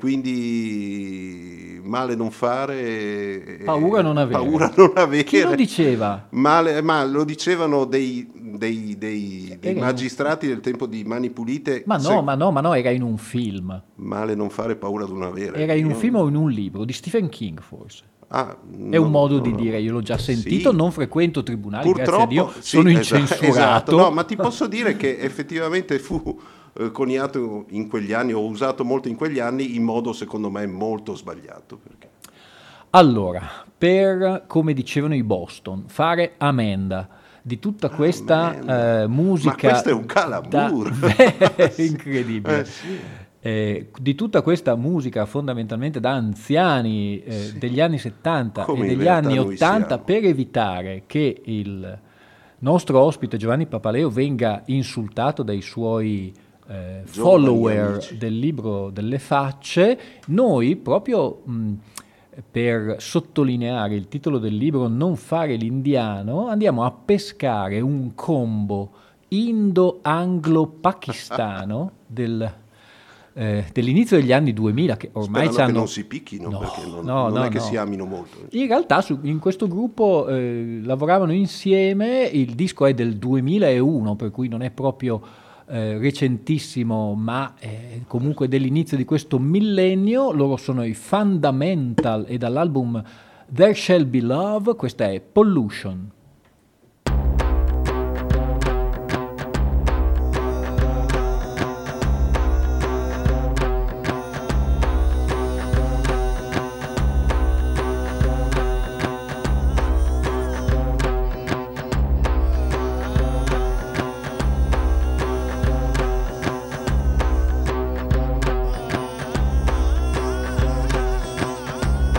quindi male non fare, Paura non avere. Paura non avere. Chi lo diceva? Male, ma lo dicevano dei, dei, dei, dei Era in- magistrati del tempo di Mani Pulite. Ma no, Se- ma no, ma no, era in un film. Male non fare, paura non avere. Era in un Io- film o in un libro di Stephen King, forse. Ah, È un no, modo no, di no. dire, io l'ho già sentito, Sì. non frequento tribunali, grazie a Purtroppo Dio, sì, sono esatto, incensurato. esatto. No, ma ti posso dire che effettivamente fu eh, coniato in quegli anni, o usato molto in quegli anni, in modo secondo me molto sbagliato. Perché... Allora, per, come dicevano i Boston, fare amenda di tutta questa Amenda. eh, musica... Ma questo è un calambur. da- Beh, incredibile. Eh, sì. Eh, di tutta questa musica fondamentalmente da anziani eh, Sì. degli anni settanta Come e in degli realtà anni noi ottanta, siamo. per evitare che il nostro ospite Giovanni Papaleo venga insultato dai suoi eh, follower amici. del libro delle facce, noi proprio mh, per sottolineare il titolo del libro Non fare l'indiano, andiamo a pescare un combo indo-anglo-pakistano del, eh, dell'inizio degli anni duemila, che ormai Sperando che c'hanno... non si picchino, No, perché non, no, non no, è che no. si amino molto. In realtà su- in questo gruppo eh, lavoravano insieme, il disco è del duemilauno, per cui non è proprio eh, recentissimo, ma è comunque dell'inizio di questo millennio. Loro sono i Fundamental e dall'album There Shall Be Love, questa è Pollution. Pollution.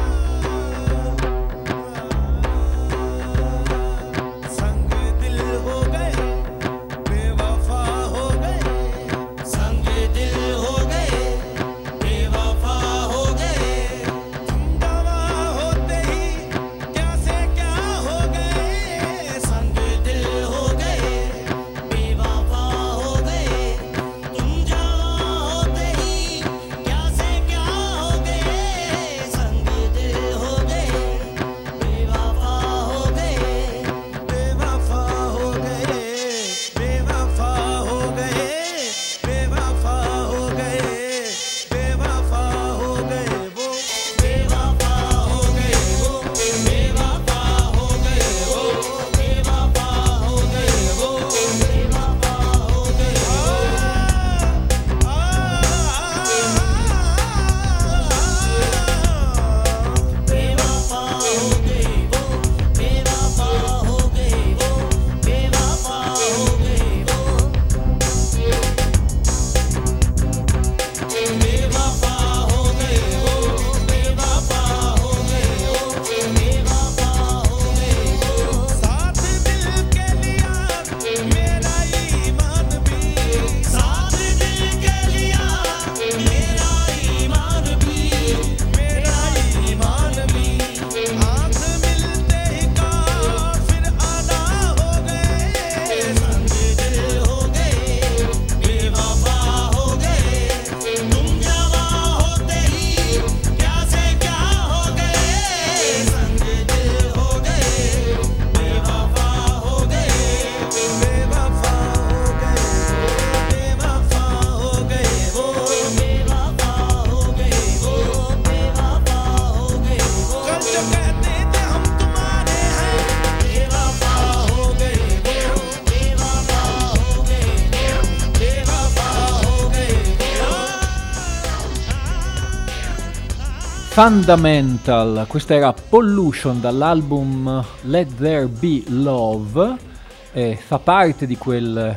Fundamental, questa era Pollution dall'album Let There Be Love, eh, fa parte di quel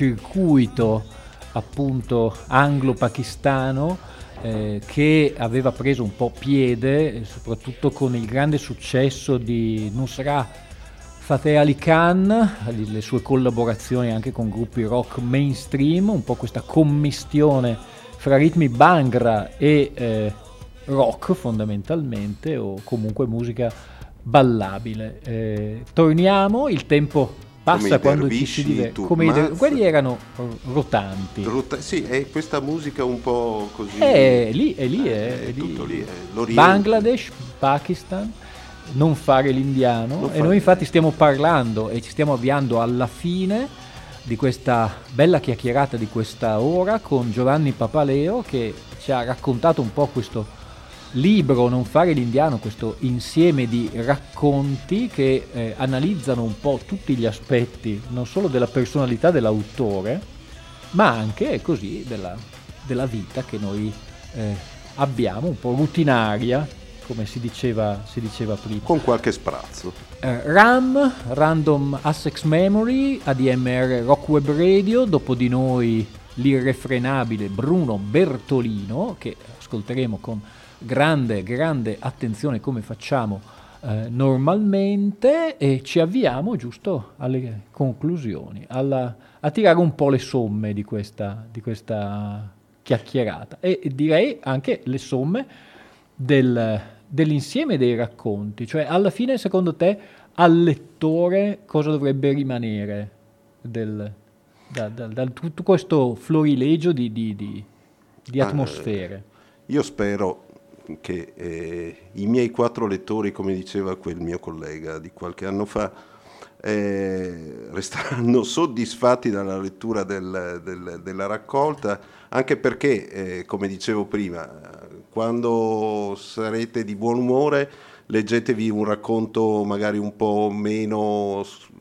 circuito appunto anglo-pakistano eh, che aveva preso un po' piede, soprattutto con il grande successo di Nusrat Fateh Ali Khan, le sue collaborazioni anche con gruppi rock mainstream, un po' questa commistione fra ritmi bhangra e eh, rock fondamentalmente, o comunque musica ballabile. Eh, torniamo, il tempo passa quando ci si diverte. Come i der- quelli erano rotanti. Rota- sì, è questa musica un po' così. È lì, è lì, è, è, è lì. tutto lì. È Bangladesh, Pakistan, non fare l'indiano. Non e fare noi infatti stiamo parlando e ci stiamo avviando alla fine di questa bella chiacchierata di questa ora con Giovanni Papaleo, che ci ha raccontato un po' questo libro Non fare l'indiano, questo insieme di racconti che eh, analizzano un po' tutti gli aspetti non solo della personalità dell'autore, ma anche così della, della vita che noi eh, abbiamo, un po' rutinaria, come si diceva, si diceva prima. Con qualche sprazzo. Eh, RAM, Random Access Memory, A D M R Rock Web Radio, dopo di noi l'irrefrenabile Bruno Bertolino, che ascolteremo con grande, grande attenzione come facciamo eh, normalmente, e ci avviamo giusto alle conclusioni, alla, a tirare un po' le somme di questa, di questa chiacchierata, e direi anche le somme del, dell'insieme dei racconti, cioè alla fine secondo te al lettore cosa dovrebbe rimanere del, da, da, da tutto questo florilegio di, di, di, di atmosfere? Eh, io spero che eh, i miei quattro lettori, come diceva quel mio collega di qualche anno fa, eh, resteranno soddisfatti dalla lettura del, del, della raccolta, anche perché, eh, come dicevo prima, quando sarete di buon umore leggetevi un racconto magari un po' meno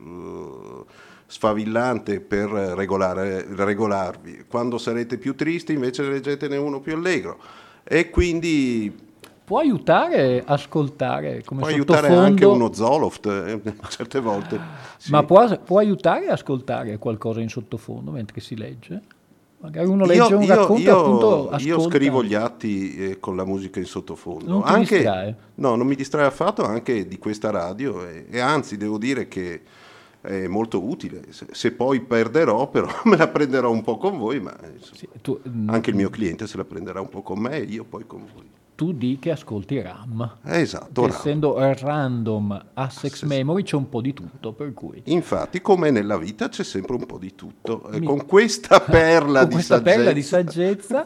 uh, sfavillante per regolare, regolarvi, quando sarete più tristi invece leggetene uno più allegro. E quindi può aiutare a ascoltare come può sottofondo, aiutare anche uno Zoloft eh, certe volte, sì. Ma può, può aiutare a ascoltare qualcosa in sottofondo mentre si legge? Magari uno legge io, un io, racconto io, appunto ascolta. Io scrivo gli atti eh, con la musica in sottofondo. Non ti anche, distrae? No, non mi distrae affatto, anche di questa radio, e, e anzi devo dire che è molto utile. Se, se poi perderò, però me la prenderò un po' con voi, ma insomma, sì, tu, anche il mio cliente se la prenderà un po' con me e io poi con voi. Tu di che ascolti RAM. Esatto. Che essendo Random Access Access Memory c'è un po' di tutto, per cui. Infatti, come nella vita c'è sempre un po' di tutto. Mi... Con questa perla con di questa saggezza, perla di saggezza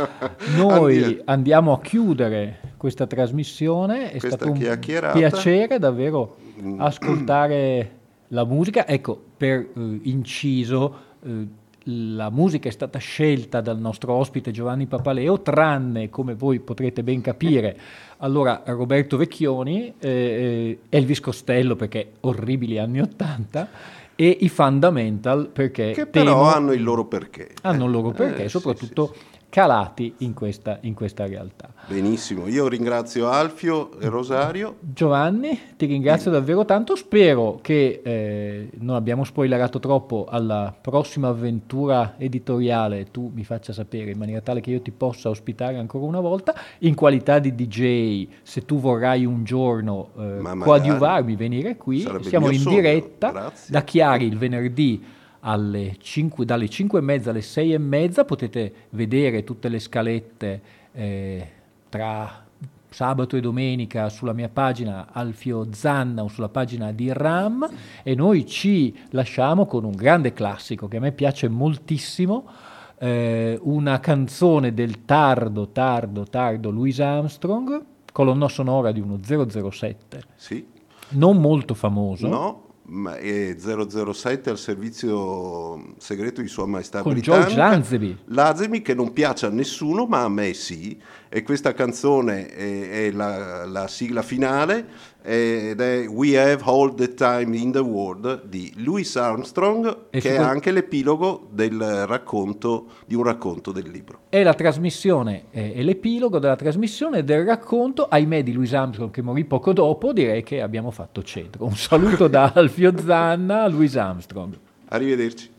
noi andiamo. andiamo a chiudere questa trasmissione. È questa stato un piacere davvero ascoltare la musica. Ecco, per uh, inciso, uh, la musica è stata scelta dal nostro ospite Giovanni Papaleo, tranne, come voi potrete ben capire, allora Roberto Vecchioni, eh, Elvis Costello perché orribili anni ottanta, e i Fundamental perché che temo, però hanno il loro perché. Hanno il loro perché, eh, soprattutto sì, sì, sì. calati in questa, in questa realtà. Benissimo, io ringrazio Alfio e Rosario. Giovanni, ti ringrazio davvero tanto, spero che eh, non abbiamo spoilerato troppo alla prossima avventura editoriale, tu mi faccia sapere in maniera tale che io ti possa ospitare ancora una volta, in qualità di D J, se tu vorrai un giorno eh, coadiuvarmi, venire qui, siamo in sogno. diretta Grazie. Da Chiari il venerdì alle cinque, dalle cinque e mezza alle sei e mezza, potete vedere tutte le scalette eh, tra sabato e domenica sulla mia pagina Alfio Zanna o sulla pagina di RAM, e noi ci lasciamo con un grande classico che a me piace moltissimo, eh, una canzone del tardo, tardo, tardo Louis Armstrong, colonna sonora di uno zero zero sette, sì. non molto famoso. No. Ma è zero zero sette al servizio segreto di Sua Maestà con Britannica, George Lazenby. Lazenby, che non piace a nessuno, ma a me sì. E questa canzone è, è la, la sigla finale, ed è We Have All the Time in the World di Louis Armstrong, e che è quel... anche l'epilogo del racconto di un racconto del libro. È la trasmissione, è l'epilogo della trasmissione del racconto, ahimè, di Louis Armstrong, che morì poco dopo. Direi che abbiamo fatto centro. Un saluto da Alfio Zanna a Louis Armstrong. Arrivederci.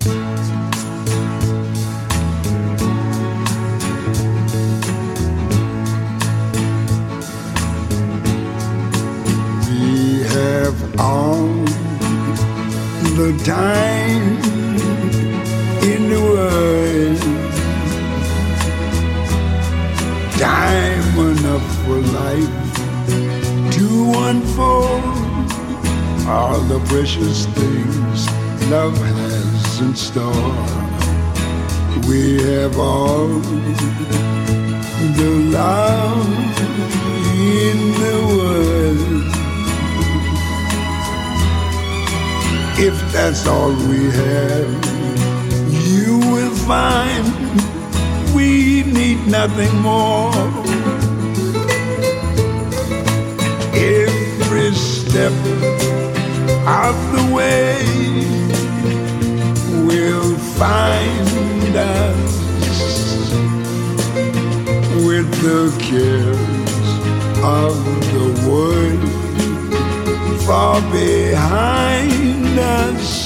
We have all the time in the world, time enough for life to unfold all the precious things love has in store. We have all the love in the world. If that's all we have, you will find we need nothing more. Every step of the way will find us with the cares of the world far behind us.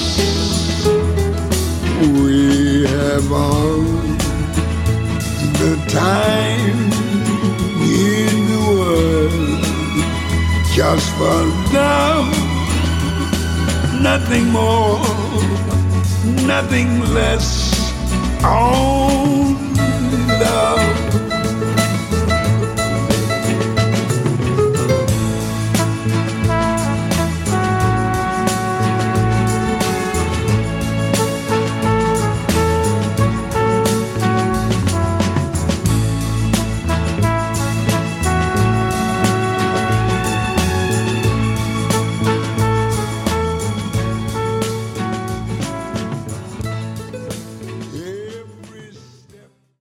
We have all the time in the world just for love, nothing more, nothing less. Oh,